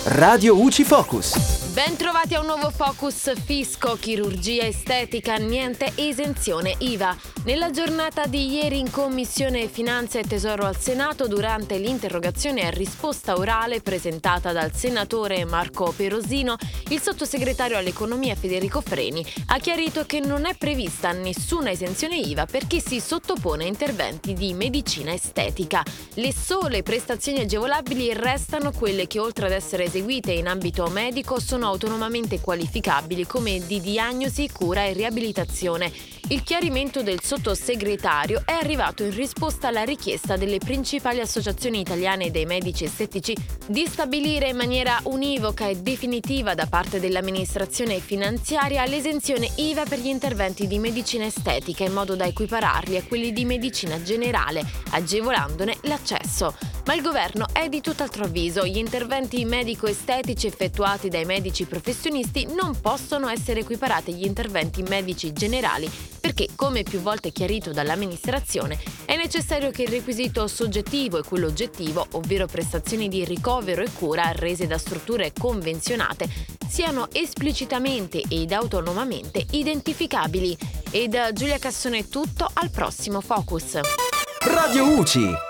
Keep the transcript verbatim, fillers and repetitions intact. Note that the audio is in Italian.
Radio U C I Focus. Ben trovati a un nuovo Focus Fisco, chirurgia estetica, niente esenzione I V A. Nella giornata di ieri in Commissione Finanza e Tesoro al Senato, durante l'interrogazione a risposta orale presentata dal senatore Marco Perosino, il sottosegretario all'economia Federico Freni ha chiarito che non è prevista nessuna esenzione I V A per chi si sottopone a interventi di medicina estetica. Le sole prestazioni agevolabili restano quelle che, oltre ad essere eseguite in ambito medico, sono autonomamente qualificabili come di diagnosi, cura e riabilitazione. Il chiarimento del sottosegretario è arrivato in risposta alla richiesta delle principali associazioni italiane dei medici estetici di stabilire in maniera univoca e definitiva da parte dell'amministrazione finanziaria l'esenzione I V A per gli interventi di medicina estetica, in modo da equipararli a quelli di medicina generale, agevolandone l'accesso. Ma il governo è di tutt'altro avviso. Gli interventi medico-estetici effettuati dai medici professionisti non possono essere equiparati agli interventi medici generali perché, come più volte chiarito dall'amministrazione, è necessario che il requisito soggettivo e quello oggettivo, ovvero prestazioni di ricovero e cura rese da strutture convenzionate, siano esplicitamente ed autonomamente identificabili. E da Giulia Cassone è tutto, al prossimo Focus. Radio U C I.